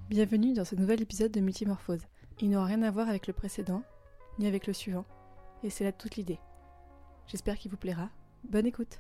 Bienvenue dans ce nouvel épisode de Multimorphose. Il n'aura rien à voir avec le précédent, ni avec le suivant, et c'est là toute l'idée. J'espère qu'il vous plaira. Bonne écoute.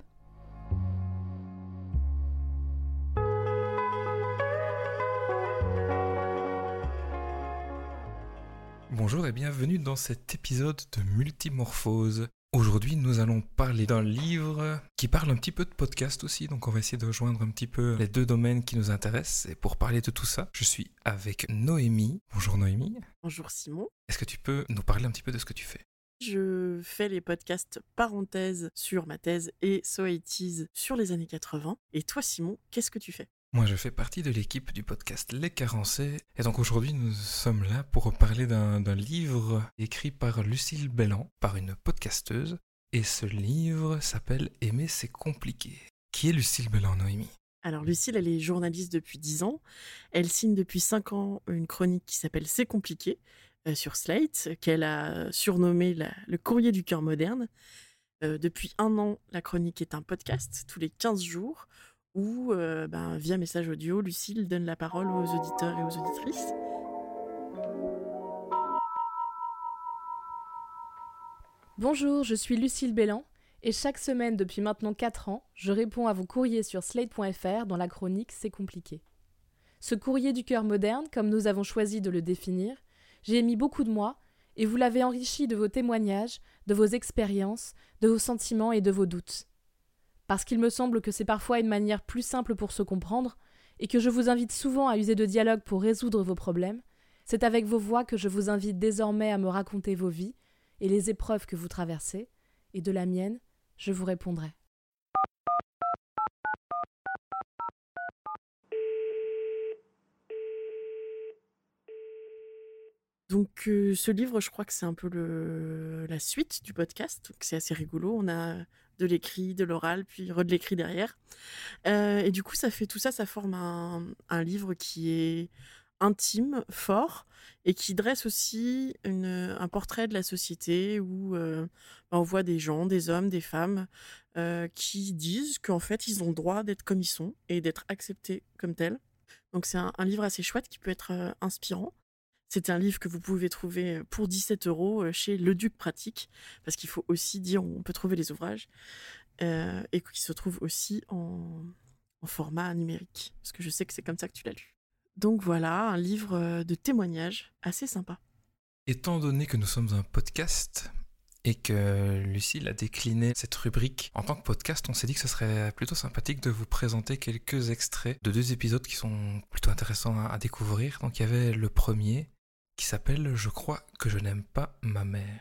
Bonjour et bienvenue dans cet épisode de Multimorphose. Aujourd'hui, nous allons parler d'un livre qui parle un petit peu de podcast aussi, donc on va essayer de joindre un petit peu les deux domaines qui nous intéressent. Et pour parler de tout ça, je suis avec Noémie. Bonjour Noémie. Bonjour Simon. Est-ce que tu peux nous parler un petit peu de ce que tu fais ? Je fais les podcasts parenthèses sur ma thèse et So 80s sur les années 80. Et toi Simon, qu'est-ce que tu fais ? Moi, je fais partie de l'équipe du podcast Les Carencés. Et donc aujourd'hui, nous sommes là pour parler d'un livre écrit par Lucille Belland, par une podcasteuse. Et ce livre s'appelle « Aimer, c'est compliqué ». Qui est Lucille Belland, Noémie ? Alors Lucille, elle est journaliste depuis 10 ans. Elle signe depuis 5 ans une chronique qui s'appelle « C'est compliqué » sur Slate, qu'elle a surnommée le courrier du cœur moderne. Depuis 1 an, la chronique est un podcast tous les 15 jours où, via message audio, Lucille donne la parole aux auditeurs et aux auditrices. Bonjour, je suis Lucille Belland et chaque semaine depuis maintenant 4 ans, je réponds à vos courriers sur slate.fr dans la chronique C'est compliqué. Ce courrier du cœur moderne, comme nous avons choisi de le définir, j'ai mis beaucoup de moi et vous l'avez enrichi de vos témoignages, de vos expériences, de vos sentiments et de vos doutes. Parce qu'il me semble que c'est parfois une manière plus simple pour se comprendre et que je vous invite souvent à user de dialogue pour résoudre vos problèmes, c'est avec vos voix que je vous invite désormais à me raconter vos vies et les épreuves que vous traversez, et de la mienne, je vous répondrai. Donc ce livre, je crois que c'est un peu la suite du podcast, donc c'est assez rigolo. On a de l'écrit, de l'oral, puis de l'écrit derrière. Et du coup, ça forme un livre qui est intime, fort, et qui dresse aussi un portrait de la société où on voit des gens, des hommes, des femmes, qui disent qu'en fait, ils ont le droit d'être comme ils sont et d'être acceptés comme tels. Donc c'est un livre assez chouette qui peut être inspirant. C'est un livre que vous pouvez trouver pour 17 € chez Le Duc Pratique, parce qu'il faut aussi dire où on peut trouver les ouvrages, et qui se trouve aussi en format numérique, parce que je sais que c'est comme ça que tu l'as lu. Donc voilà, un livre de témoignages assez sympa. Étant donné que nous sommes un podcast et que Lucille a décliné cette rubrique en tant que podcast, on s'est dit que ce serait plutôt sympathique de vous présenter quelques extraits de 2 épisodes qui sont plutôt intéressants à découvrir. Donc il y avait le premier qui s'appelle « Je crois que je n'aime pas ma mère ».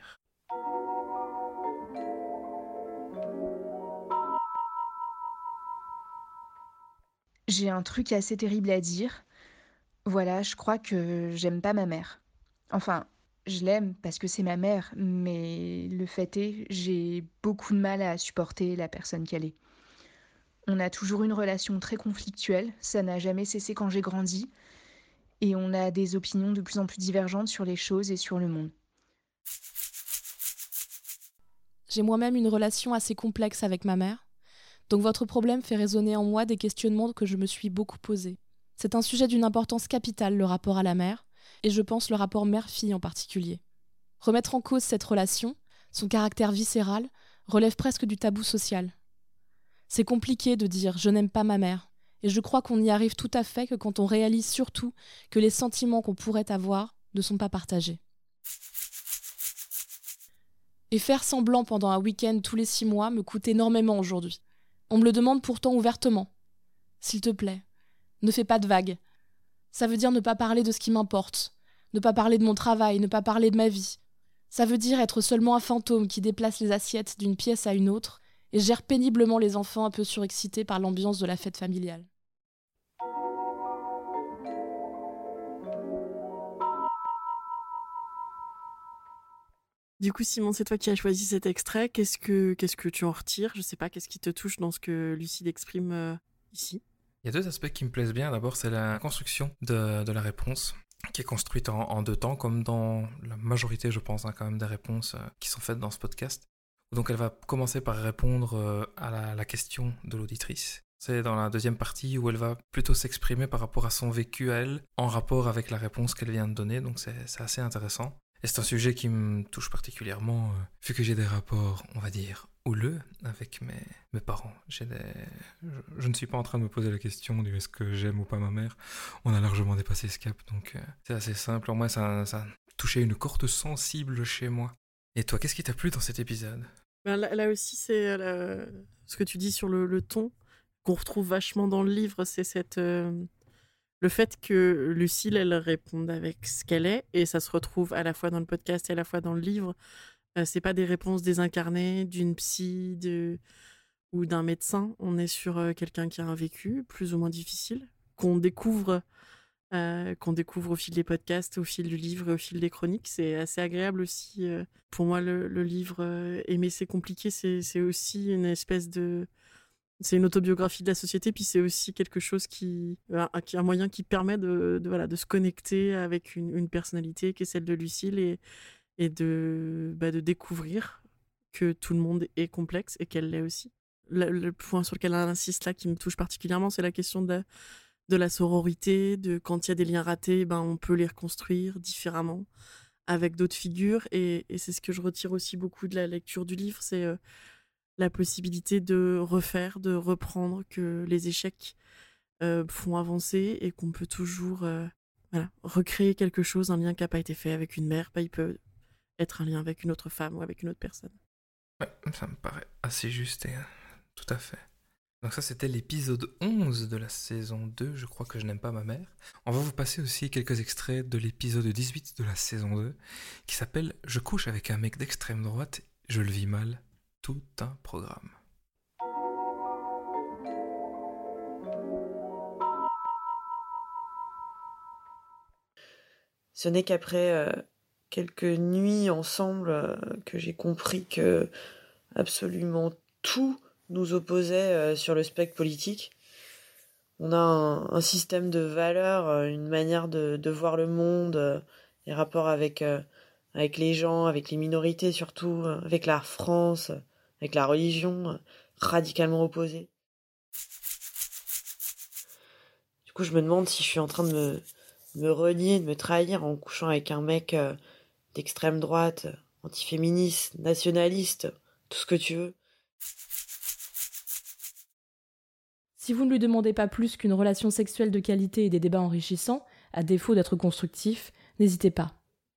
J'ai un truc assez terrible à dire. Voilà, je crois que j'aime pas ma mère. Enfin, je l'aime parce que c'est ma mère, mais le fait est, j'ai beaucoup de mal à supporter la personne qu'elle est. On a toujours une relation très conflictuelle, ça n'a jamais cessé quand j'ai grandi, et on a des opinions de plus en plus divergentes sur les choses et sur le monde. J'ai moi-même une relation assez complexe avec ma mère, donc votre problème fait résonner en moi des questionnements que je me suis beaucoup posés. C'est un sujet d'une importance capitale, le rapport à la mère, et je pense le rapport mère-fille en particulier. Remettre en cause cette relation, son caractère viscéral, relève presque du tabou social. C'est compliqué de dire « je n'aime pas ma mère », et je crois qu'on n'y arrive tout à fait que quand on réalise surtout que les sentiments qu'on pourrait avoir ne sont pas partagés. Et faire semblant pendant un week-end tous les 6 mois me coûte énormément aujourd'hui. On me le demande pourtant ouvertement. S'il te plaît, ne fais pas de vagues. Ça veut dire ne pas parler de ce qui m'importe, ne pas parler de mon travail, ne pas parler de ma vie. Ça veut dire être seulement un fantôme qui déplace les assiettes d'une pièce à une autre et gère péniblement les enfants un peu surexcités par l'ambiance de la fête familiale. Du coup, Simon, c'est toi qui as choisi cet extrait. Qu'est-ce que tu en retires ? Je sais pas, qu'est-ce qui te touche dans ce que Lucille exprime ici ? Il y a 2 aspects qui me plaisent bien. D'abord, c'est la construction de la réponse, qui est construite en 2 temps, comme dans la majorité, je pense, quand même, des réponses qui sont faites dans ce podcast. Donc elle va commencer par répondre à la question de l'auditrice. C'est dans la deuxième partie où elle va plutôt s'exprimer par rapport à son vécu à elle, en rapport avec la réponse qu'elle vient de donner, donc c'est assez intéressant. Et c'est un sujet qui me touche particulièrement, vu que j'ai des rapports, on va dire, houleux avec mes parents. Je ne suis pas en train de me poser la question du est-ce que j'aime ou pas ma mère. On a largement dépassé ce cap, donc c'est assez simple. En moi, ça a touché une corde sensible chez moi. Et toi, qu'est-ce qui t'a plu dans cet épisode ? Ben là aussi, c'est ce que tu dis sur le ton qu'on retrouve vachement dans le livre, c'est le fait que Lucille, elle réponde avec ce qu'elle est, et ça se retrouve à la fois dans le podcast et à la fois dans le livre. C'est pas des réponses désincarnées d'une psy ou d'un médecin. On est sur quelqu'un qui a un vécu plus ou moins difficile, qu'on découvre au fil des podcasts, au fil du livre et au fil des chroniques. C'est assez agréable aussi. Pour moi, le livre Aimer, c'est compliqué, c'est aussi une espèce de... C'est une autobiographie de la société, puis c'est aussi quelque chose qui est un moyen qui permet de se connecter avec une personnalité qui est celle de Lucille et de découvrir que tout le monde est complexe et qu'elle l'est aussi. Le point sur lequel elle insiste là, qui me touche particulièrement, c'est la question de la sororité, de quand il y a des liens ratés, on peut les reconstruire différemment avec d'autres figures. Et c'est ce que je retire aussi beaucoup de la lecture du livre, c'est la possibilité de refaire, de reprendre, que les échecs font avancer et qu'on peut toujours recréer quelque chose, un lien qui n'a pas été fait avec une mère, il peut être un lien avec une autre femme ou avec une autre personne. Ouais, ça me paraît assez juste et tout à fait. Donc ça, c'était l'épisode 11 de la saison 2, Je crois que je n'aime pas ma mère. On va vous passer aussi quelques extraits de l'épisode 18 de la saison 2, qui s'appelle « Je couche avec un mec d'extrême droite, je le vis mal ». Tout un programme. Ce n'est qu'après quelques nuits ensemble que j'ai compris que absolument tout nous opposait sur le spectre politique. On a un système de valeurs, une manière de voir le monde, les rapports avec les gens, avec les minorités surtout, avec la France, avec la religion, radicalement opposés. Du coup, je me demande si je suis en train de me renier, de me trahir en couchant avec un mec d'extrême droite, antiféministe, nationaliste, tout ce que tu veux. Si vous ne lui demandez pas plus qu'une relation sexuelle de qualité et des débats enrichissants, à défaut d'être constructifs, n'hésitez pas.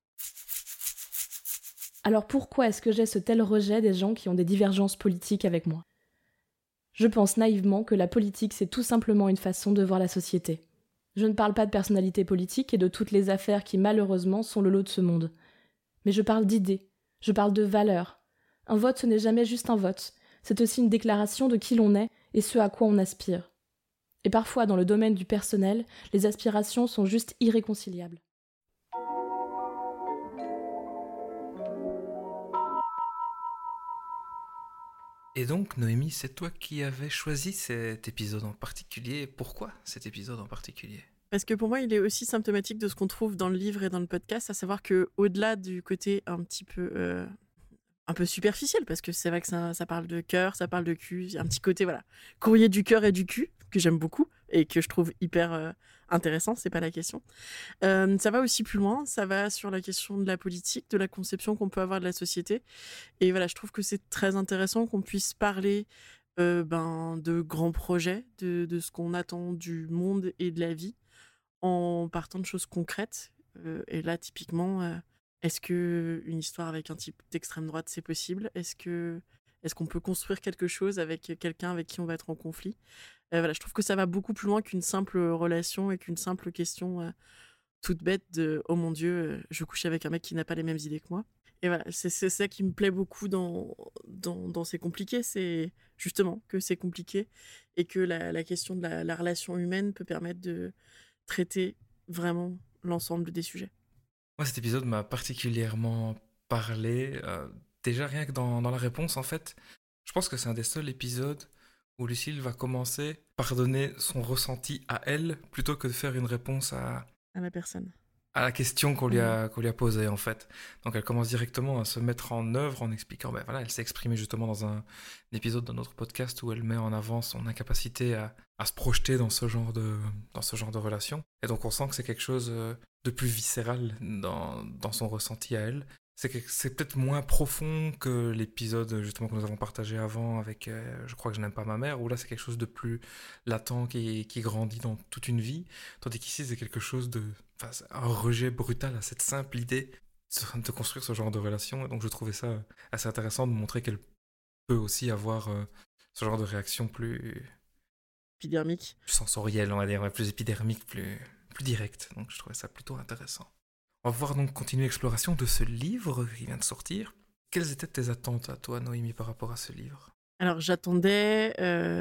Alors pourquoi est-ce que j'ai ce tel rejet des gens qui ont des divergences politiques avec moi ? Je pense naïvement que la politique, c'est tout simplement une façon de voir la société. Je ne parle pas de personnalité politique et de toutes les affaires qui, malheureusement, sont le lot de ce monde. Mais je parle d'idées, je parle de valeurs. Un vote, ce n'est jamais juste un vote. C'est aussi une déclaration de qui l'on est et ce à quoi on aspire. Et parfois, dans le domaine du personnel, les aspirations sont juste irréconciliables. Et donc, Noémie, c'est toi qui avais choisi cet épisode en particulier. Pourquoi cet épisode en particulier ? Parce que pour moi, il est aussi symptomatique de ce qu'on trouve dans le livre et dans le podcast, à savoir que au-delà du côté un peu superficiel, parce que c'est vrai que ça parle de cœur, ça parle de cul, il y a un petit côté, courrier du cœur et du cul, que j'aime beaucoup et que je trouve hyper intéressant, c'est pas la question. Ça va aussi plus loin, ça va sur la question de la politique, de la conception qu'on peut avoir de la société. Et je trouve que c'est très intéressant qu'on puisse parler de grands projets, de ce qu'on attend du monde et de la vie, en partant de choses concrètes. Et là, typiquement, est-ce qu'une histoire avec un type d'extrême droite, c'est possible ? Est-ce qu'on peut construire quelque chose avec quelqu'un avec qui on va être en conflit ? Je trouve que ça va beaucoup plus loin qu'une simple relation et qu'une simple question toute bête de « Oh mon Dieu, je couche avec un mec qui n'a pas les mêmes idées que moi ». Et c'est ça qui me plaît beaucoup dans C'est compliqué, c'est justement que c'est compliqué et que la question de la relation humaine peut permettre de traiter vraiment l'ensemble des sujets. Moi, cet épisode m'a particulièrement parlé. Déjà, rien que dans la réponse, en fait, je pense que c'est un des seuls épisodes où Lucille va commencer par donner son ressenti à elle, plutôt que de faire une réponse à la personne. à la question qu'on lui a posée, en fait. Donc elle commence directement à se mettre en œuvre en expliquant, ben voilà, elle s'est exprimée justement dans un épisode de notre podcast où elle met en avant son incapacité à se projeter dans ce genre de relation. Et donc on sent que c'est quelque chose de plus viscéral dans son ressenti à elle. C'est peut-être moins profond que l'épisode justement que nous avons partagé avant avec Je crois que je n'aime pas ma mère, où là c'est quelque chose de plus latent qui grandit dans toute une vie, tandis qu'ici c'est quelque chose c'est un rejet brutal à cette simple idée de construire ce genre de relation. Et donc je trouvais ça assez intéressant de montrer qu'elle peut aussi avoir ce genre de réaction plus Épidermique. sensorielle, on va dire, plus épidermique, plus directe. Donc je trouvais ça plutôt intéressant. On va pouvoir donc continuer l'exploration de ce livre qui vient de sortir. Quelles étaient tes attentes à toi, Noémie, par rapport à ce livre ? Alors j'attendais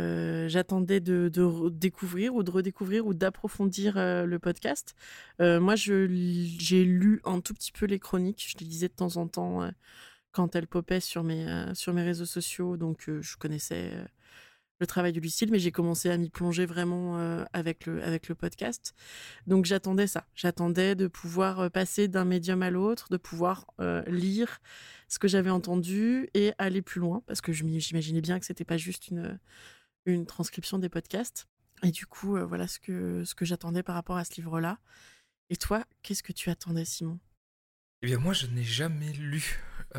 de découvrir ou de redécouvrir ou d'approfondir le podcast. Moi, j'ai lu un tout petit peu les chroniques. Je les lisais de temps en temps quand elles popaient sur mes réseaux sociaux. Donc je connaissais le travail de Lucille, mais j'ai commencé à m'y plonger vraiment avec le podcast. Donc j'attendais ça. J'attendais de pouvoir passer d'un médium à l'autre, de pouvoir lire ce que j'avais entendu et aller plus loin, parce que j'imaginais bien que c'était pas juste une transcription des podcasts. Et du coup, voilà ce que j'attendais par rapport à ce livre-là. Et toi, qu'est-ce que tu attendais, Simon ? Eh bien, moi, je n'ai jamais lu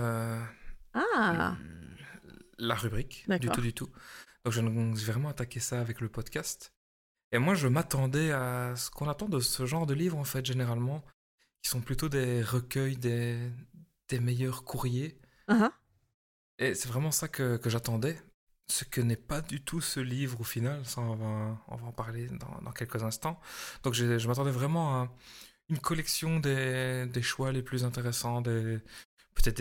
Ah, la rubrique, d'accord. du tout. Donc, j'ai vraiment attaqué ça avec le podcast. Et moi, je m'attendais à ce qu'on attend de ce genre de livres, en fait, généralement, qui sont plutôt des recueils des meilleurs courriers. Uh-huh. Et c'est vraiment ça que j'attendais. Ce que n'est pas du tout ce livre au final. Ça, on va en parler dans quelques instants. Donc, je m'attendais vraiment à une collection des choix les plus intéressants, peut-être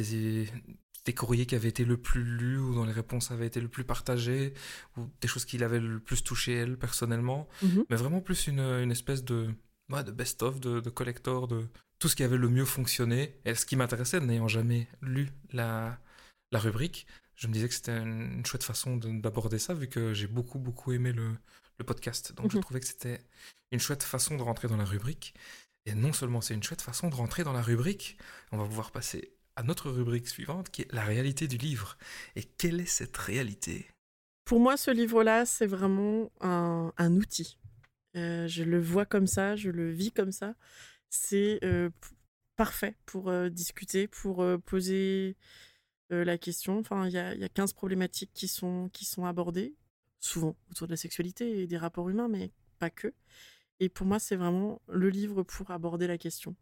des courriers qui avaient été le plus lus ou dont les réponses avaient été le plus partagées, ou des choses qui l'avaient le plus touché elle personnellement, Mhm. mais vraiment plus une espèce de best-of, de collector, de tout ce qui avait le mieux fonctionné. Et ce qui m'intéressait, n'ayant jamais lu la rubrique, je me disais que c'était une chouette façon d'aborder ça, vu que j'ai beaucoup aimé le podcast. Donc je Mhm. trouvais que c'était une chouette façon de rentrer dans la rubrique. Et non seulement c'est une chouette façon de rentrer dans la rubrique, on va pouvoir passer à notre rubrique suivante, qui est la réalité du livre. Et quelle est cette réalité ? Pour moi, ce livre-là, c'est vraiment un outil. Je le vois comme ça, je le vis comme ça. C'est parfait pour discuter, pour poser la question. Enfin, il y a 15 problématiques qui sont abordées, souvent autour de la sexualité et des rapports humains, mais pas que. Et pour moi, c'est vraiment le livre pour aborder la question.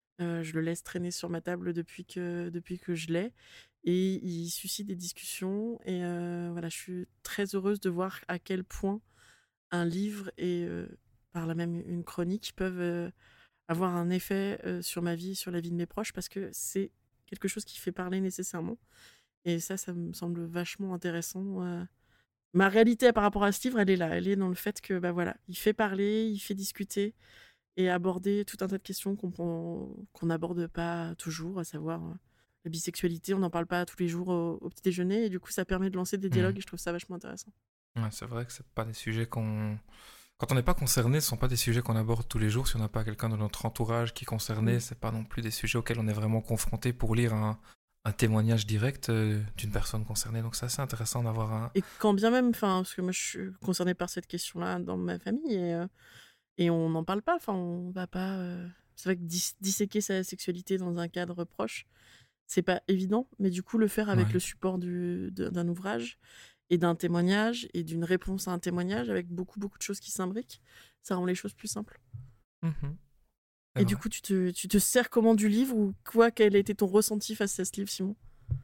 Je le laisse traîner sur ma table depuis que je l'ai. Et il suscite des discussions. Et voilà, je suis très heureuse de voir à quel point un livre et par là même une chronique peuvent avoir un effet sur ma vie, sur la vie de mes proches, parce que c'est quelque chose qui fait parler nécessairement. Et ça me semble vachement intéressant. Ma réalité par rapport à ce livre, elle est là. Elle est dans le fait que, bah voilà, il fait parler, il fait discuter et aborder tout un tas de questions qu'on n'aborde pas toujours, à savoir la bisexualité. On n'en parle pas tous les jours au petit déjeuner. Et du coup, ça permet de lancer des dialogues et je trouve ça vachement intéressant. Ouais, c'est vrai que c'est pas des sujets qu'on... Quand on n'est pas concerné, ce ne sont pas des sujets qu'on aborde tous les jours. Si on n'a pas quelqu'un de notre entourage qui est concerné, c'est pas non plus des sujets auxquels on est vraiment confronté pour lire un témoignage direct d'une personne concernée. Donc c'est assez intéressant d'avoir un... Et quand bien même, parce que moi je suis concernée par cette question-là dans ma famille et on n'en parle pas, on va pas... C'est vrai que disséquer sa sexualité dans un cadre proche, c'est pas évident, mais du coup le faire avec le support d'un ouvrage et d'un témoignage et d'une réponse à un témoignage avec beaucoup de choses qui s'imbriquent, ça rend les choses plus simples. Mm-hmm. Et du coup, tu te sers comment du livre ou quoi? Quel a été ton ressenti face à ce livre, Simon?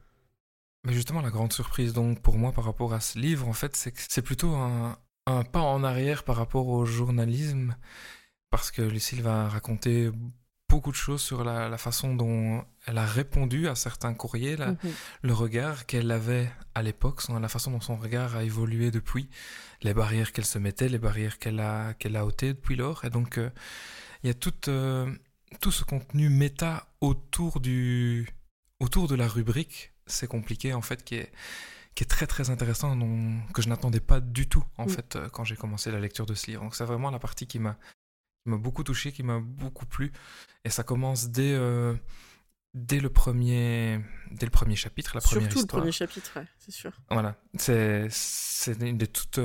Mais justement, la grande surprise donc pour moi par rapport à ce livre, en fait, c'est que c'est plutôt un pas en arrière par rapport au journalisme, parce que Lucille va raconter beaucoup de choses sur la façon dont elle a répondu à certains courriers, le regard qu'elle avait à l'époque, la façon dont son regard a évolué depuis, les barrières qu'elle se mettait, les barrières qu'elle a ôtées depuis lors. Et donc, il y a tout ce contenu méta autour de la rubrique, c'est compliqué en fait, qui est très très intéressant, que je n'attendais pas du tout en fait quand j'ai commencé la lecture de ce livre. Donc c'est vraiment la partie qui m'a m'a beaucoup touché, qui m'a beaucoup plu. Et ça commence dès le premier chapitre, la première Surtout histoire. le premier chapitre, ouais, c'est sûr. Voilà, c'est une des toutes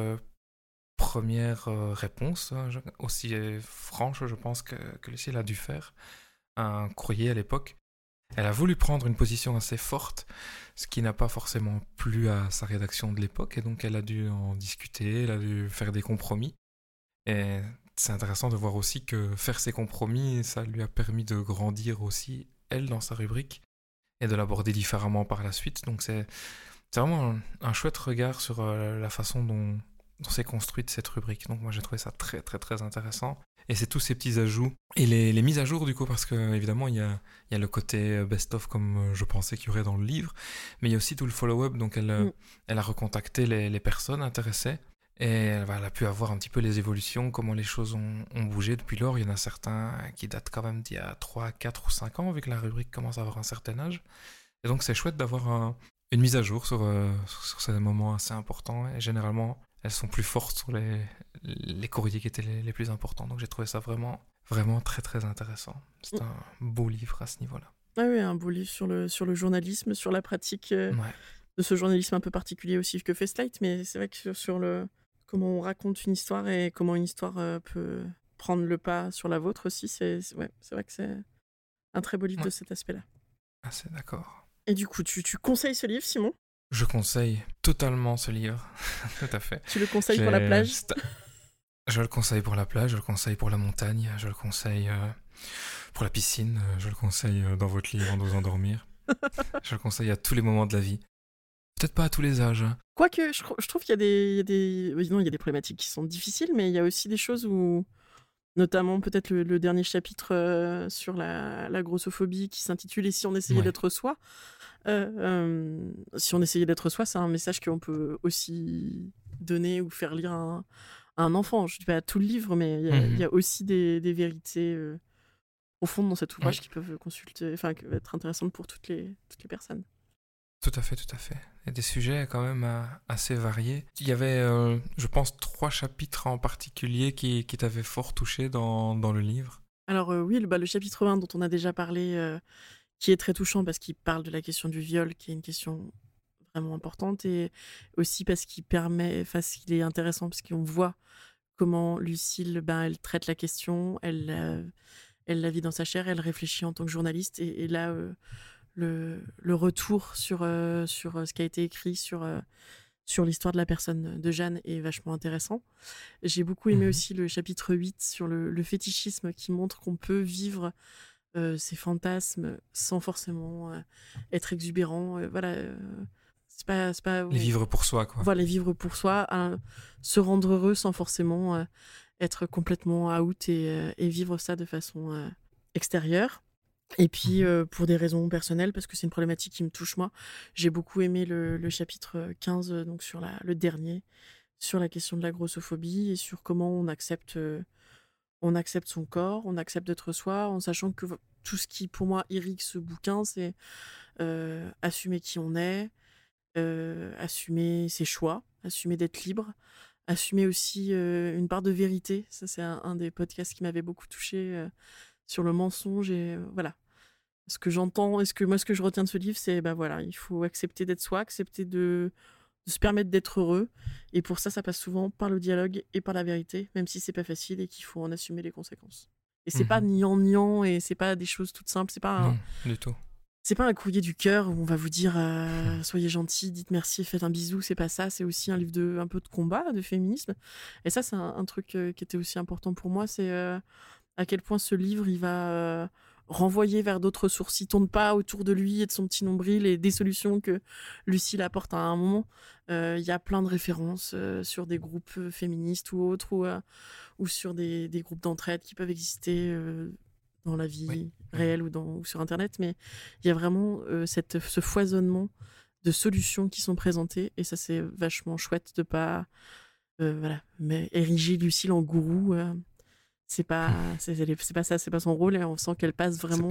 premières réponses, aussi franches, je pense, que Lucille a dû faire. Un courrier à l'époque. Elle a voulu prendre une position assez forte, ce qui n'a pas forcément plu à sa rédaction de l'époque, et donc elle a dû en discuter, elle a dû faire des compromis. Et c'est intéressant de voir aussi que faire ces compromis, ça lui a permis de grandir aussi, elle, dans sa rubrique, et de l'aborder différemment par la suite. Donc c'est vraiment un chouette regard sur la façon dont s'est construite cette rubrique. Donc moi j'ai trouvé ça très très très intéressant. Et c'est tous ces petits ajouts et les mises à jour du coup, parce que évidemment il y a le côté best-of comme je pensais qu'il y aurait dans le livre, mais il y a aussi tout le follow-up. Donc elle a recontacté les personnes intéressées et elle a pu avoir un petit peu les évolutions, comment les choses ont bougé depuis lors. Il y en a certains qui datent quand même d'il y a 3, 4 ou 5 ans, vu que la rubrique commence à avoir un certain âge. Et donc c'est chouette d'avoir une mise à jour sur ces moments assez importants, et généralement elles sont plus fortes sur les courriers qui étaient les plus importants. Donc j'ai trouvé ça vraiment, vraiment très très intéressant. C'est un beau livre à ce niveau-là. Ah oui, un beau livre sur le journalisme, sur la pratique de ce journalisme un peu particulier aussi que fait Slate, mais c'est vrai que sur comment on raconte une histoire et comment une histoire peut prendre le pas sur la vôtre aussi, c'est vrai que c'est un très beau livre de cet aspect-là. Ah, c'est d'accord. Et du coup, tu conseilles ce livre, Simon ? Je conseille totalement ce livre, tout à fait. Tu le conseilles pour la plage ? Je le conseille pour la plage, je le conseille pour la montagne, je le conseille pour la piscine, je le conseille dans votre lit avant de vous endormir. Je le conseille à tous les moments de la vie. Peut-être pas à tous les âges. Quoique, je trouve qu'il y a des problématiques qui sont difficiles, mais il y a aussi des choses où, notamment peut-être le dernier chapitre sur la grossophobie qui s'intitule « Et si on essayait d'être soi ?» Si on essayait d'être soi, c'est un message qu'on peut aussi donner ou faire lire à un enfant. Je ne dis pas tout le livre, mais il y a aussi des vérités profondes dans cet ouvrage qui peuvent être intéressantes pour toutes les personnes. Tout à fait, tout à fait. Il y a des sujets quand même assez variés. Il y avait, je pense, 3 chapitres en particulier qui t'avaient fort touché dans le livre. Alors oui, le chapitre 1 dont on a déjà parlé, qui est très touchant parce qu'il parle de la question du viol, qui est une question vraiment importante, et aussi parce qu'il est intéressant, parce qu'on voit comment Lucille, elle traite la question, elle la vit dans sa chair, elle réfléchit en tant que journaliste, et là, le retour sur ce qui a été écrit sur l'histoire de la personne de Jeanne est vachement intéressant. J'ai beaucoup aimé aussi le chapitre 8 sur le fétichisme, qui montre qu'on peut vivre ces fantasmes sans forcément être exubérant. C'est pas les vivre pour soi, quoi. Voilà, les vivre pour soi, se rendre heureux sans forcément être complètement out et vivre ça de façon extérieure. Et puis, pour des raisons personnelles, parce que c'est une problématique qui me touche moi, j'ai beaucoup aimé le chapitre 15, donc sur le dernier, sur la question de la grossophobie et sur comment on accepte son corps, on accepte d'être soi, en sachant que tout ce qui, pour moi, irrigue ce bouquin, c'est assumer qui on est, assumer ses choix, assumer d'être libre, assumer aussi une part de vérité. Ça, c'est un des podcasts qui m'avait beaucoup touchée sur le mensonge. Et voilà. Ce que j'entends, ce que je retiens de ce livre, c'est il faut accepter d'être soi, accepter de se permettre d'être heureux. Et pour ça, ça passe souvent par le dialogue et par la vérité, même si c'est pas facile et qu'il faut en assumer les conséquences. Et c'est pas niant, et c'est pas des choses toutes simples. C'est pas non, du tout. C'est pas un courrier du cœur où on va vous dire soyez gentil, dites merci, faites un bisou. C'est pas ça. C'est aussi un livre un peu de combat, de féminisme. Et ça, c'est un truc qui était aussi important pour moi. C'est à quel point ce livre, il va renvoyer vers d'autres sources. Il tourne pas autour de lui et de son petit nombril et des solutions que Lucille apporte à un moment. Il y a plein de références sur des groupes féministes ou autres, ou sur des groupes d'entraide qui peuvent exister dans la vie réelle ou sur Internet. Mais il y a vraiment ce foisonnement de solutions qui sont présentées, et ça, c'est vachement chouette de pas mais ériger Lucille en gourou. C'est pas ça, c'est pas son rôle, et on sent qu'elle passe vraiment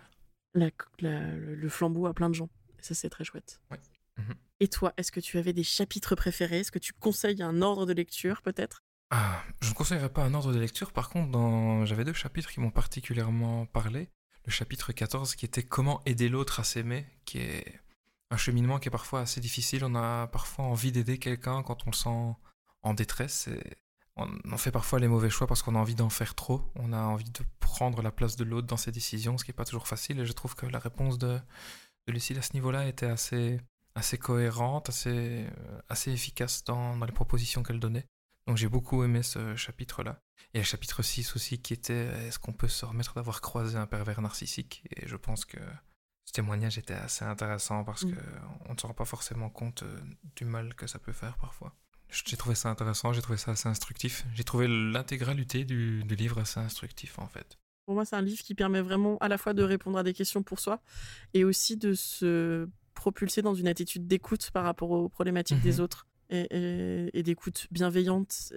le flambeau à plein de gens. Et ça, c'est très chouette. Ouais. Et toi, est-ce que tu avais des chapitres préférés ? Est-ce que tu conseilles un ordre de lecture, peut-être ? Je ne conseillerais pas un ordre de lecture. Par contre, j'avais 2 chapitres qui m'ont particulièrement parlé. Le chapitre 14 qui était Comment aider l'autre à s'aimer, qui est un cheminement qui est parfois assez difficile. On a parfois envie d'aider quelqu'un quand on le sent en détresse. Et on fait parfois les mauvais choix parce qu'on a envie d'en faire trop. On a envie de prendre la place de l'autre dans ses décisions, ce qui n'est pas toujours facile. Et je trouve que la réponse de Lucille à ce niveau-là était assez cohérente, assez efficace dans les propositions qu'elle donnait. Donc j'ai beaucoup aimé ce chapitre-là. Et le chapitre 6 aussi qui était est-ce qu'on peut se remettre d'avoir croisé un pervers narcissique? Et je pense que ce témoignage était assez intéressant parce qu'on ne se rend pas forcément compte du mal que ça peut faire parfois. J'ai trouvé ça intéressant, j'ai trouvé ça assez instructif. J'ai trouvé l'intégralité du livre assez instructif en fait. Pour moi, c'est un livre qui permet vraiment à la fois de répondre à des questions pour soi et aussi de se propulser dans une attitude d'écoute par rapport aux problématiques des autres et d'écoute bienveillante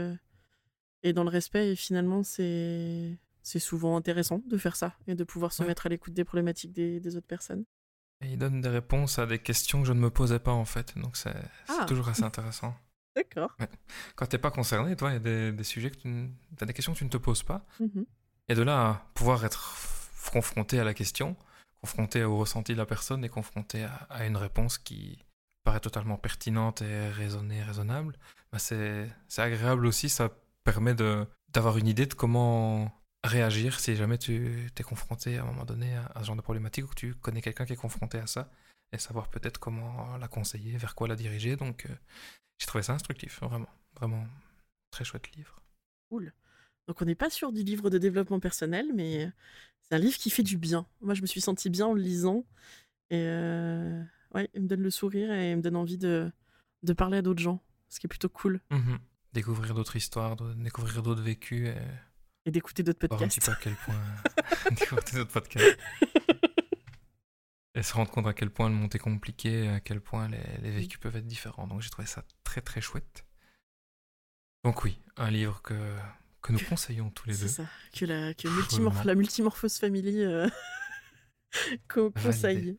et dans le respect. Et finalement, c'est souvent intéressant de faire ça et de pouvoir se mettre à l'écoute des problématiques des autres personnes. Et il donne des réponses à des questions que je ne me posais pas en fait, donc c'est toujours assez intéressant. D'accord. Ouais. Quand t'es pas concerné, toi, il y a des sujets t'as des questions que tu ne te poses pas. Et de là à pouvoir être confronté à la question, confronté au ressenti de la personne et confronté à une réponse qui paraît totalement pertinente et raisonnable, bah c'est agréable aussi, ça permet d'avoir une idée de comment réagir si jamais tu t'es confronté à un moment donné à ce genre de problématique ou que tu connais quelqu'un qui est confronté à ça et savoir peut-être comment la conseiller, vers quoi la diriger. Donc j'ai trouvé ça instructif, vraiment très chouette livre. Cool. Donc on n'est pas sur du livre de développement personnel, mais c'est un livre qui fait du bien. Moi, je me suis sentie bien en le lisant. Et il me donne le sourire et il me donne envie de parler à d'autres gens, ce qui est plutôt cool. Découvrir d'autres histoires, découvrir d'autres vécus. Et d'écouter d'autres podcasts. Voir un petit peu à quel point... d'écouter d'autres podcasts. Et se rendre compte à quel point le monde est compliqué, à quel point les vécus peuvent être différents. Donc j'ai trouvé ça très très chouette. Donc oui, un livre que nous conseillons tous les deux. C'est ça, que la Multimorphose Family conseille.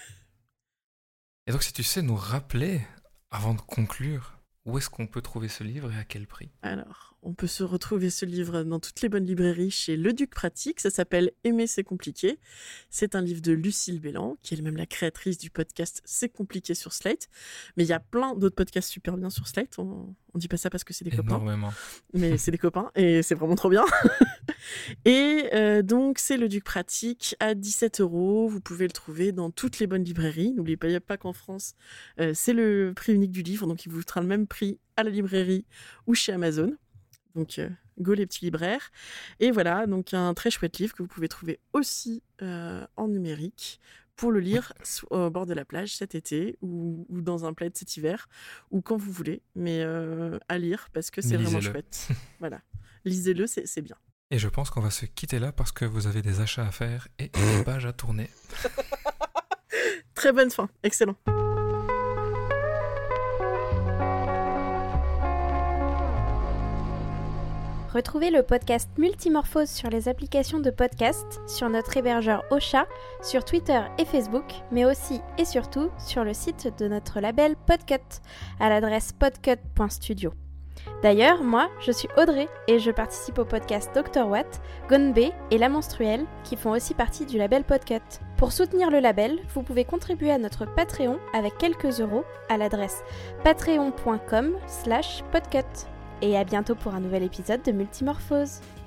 Et donc si tu sais nous rappeler, avant de conclure, où est-ce qu'on peut trouver ce livre et à quel prix? Alors, on peut se retrouver ce livre dans toutes les bonnes librairies chez Le Duc Pratique. Ça s'appelle Aimer, c'est compliqué. C'est un livre de Lucille Bélan, qui est elle-même la créatrice du podcast C'est compliqué sur Slate. Mais il y a plein d'autres podcasts super bien sur Slate. On dit pas ça parce que c'est des copains. Énormément. Mais c'est des copains et c'est vraiment trop bien. Et donc, c'est Le Duc Pratique à 17 €. Vous pouvez le trouver dans toutes les bonnes librairies. N'oubliez pas qu'en France, c'est le prix unique du livre. Donc, il vous coûtera le même prix à la librairie ou chez Amazon. Donc, go les petits libraires. Et voilà, donc un très chouette livre que vous pouvez trouver aussi en numérique pour le lire au bord de la plage cet été ou dans un plaid cet hiver ou quand vous voulez. Mais à lire parce que c'est vraiment chouette. Voilà, lisez-le, c'est bien. Et je pense qu'on va se quitter là parce que vous avez des achats à faire et des pages à tourner. Très bonne fin, excellent. Retrouvez le podcast Multimorphose sur les applications de podcast, sur notre hébergeur Ocha, sur Twitter et Facebook, mais aussi et surtout sur le site de notre label Podcut, à l'adresse podcut.studio. D'ailleurs, moi, je suis Audrey et je participe au podcast Dr Watt, Gonbe et La Menstruelle, qui font aussi partie du label Podcut. Pour soutenir le label, vous pouvez contribuer à notre Patreon avec quelques euros à l'adresse patreon.com/podcut. Et à bientôt pour un nouvel épisode de Multimorphose.